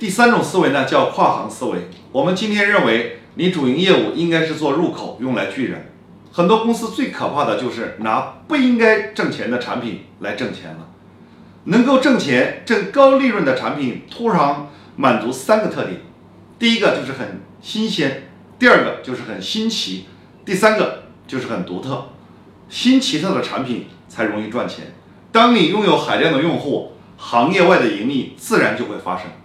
第三种思维呢叫跨行思维。我们今天认为你主营业务应该是做入口，用来聚人。很多公司最可怕的就是拿不应该挣钱的产品来挣钱了。能够挣钱、挣高利润的产品，通常满足3个特点：第一个就是很新鲜，第二个就是很新奇，第三个就是很独特。新奇特的产品才容易赚钱。当你拥有海量的用户，行业外的盈利自然就会发生。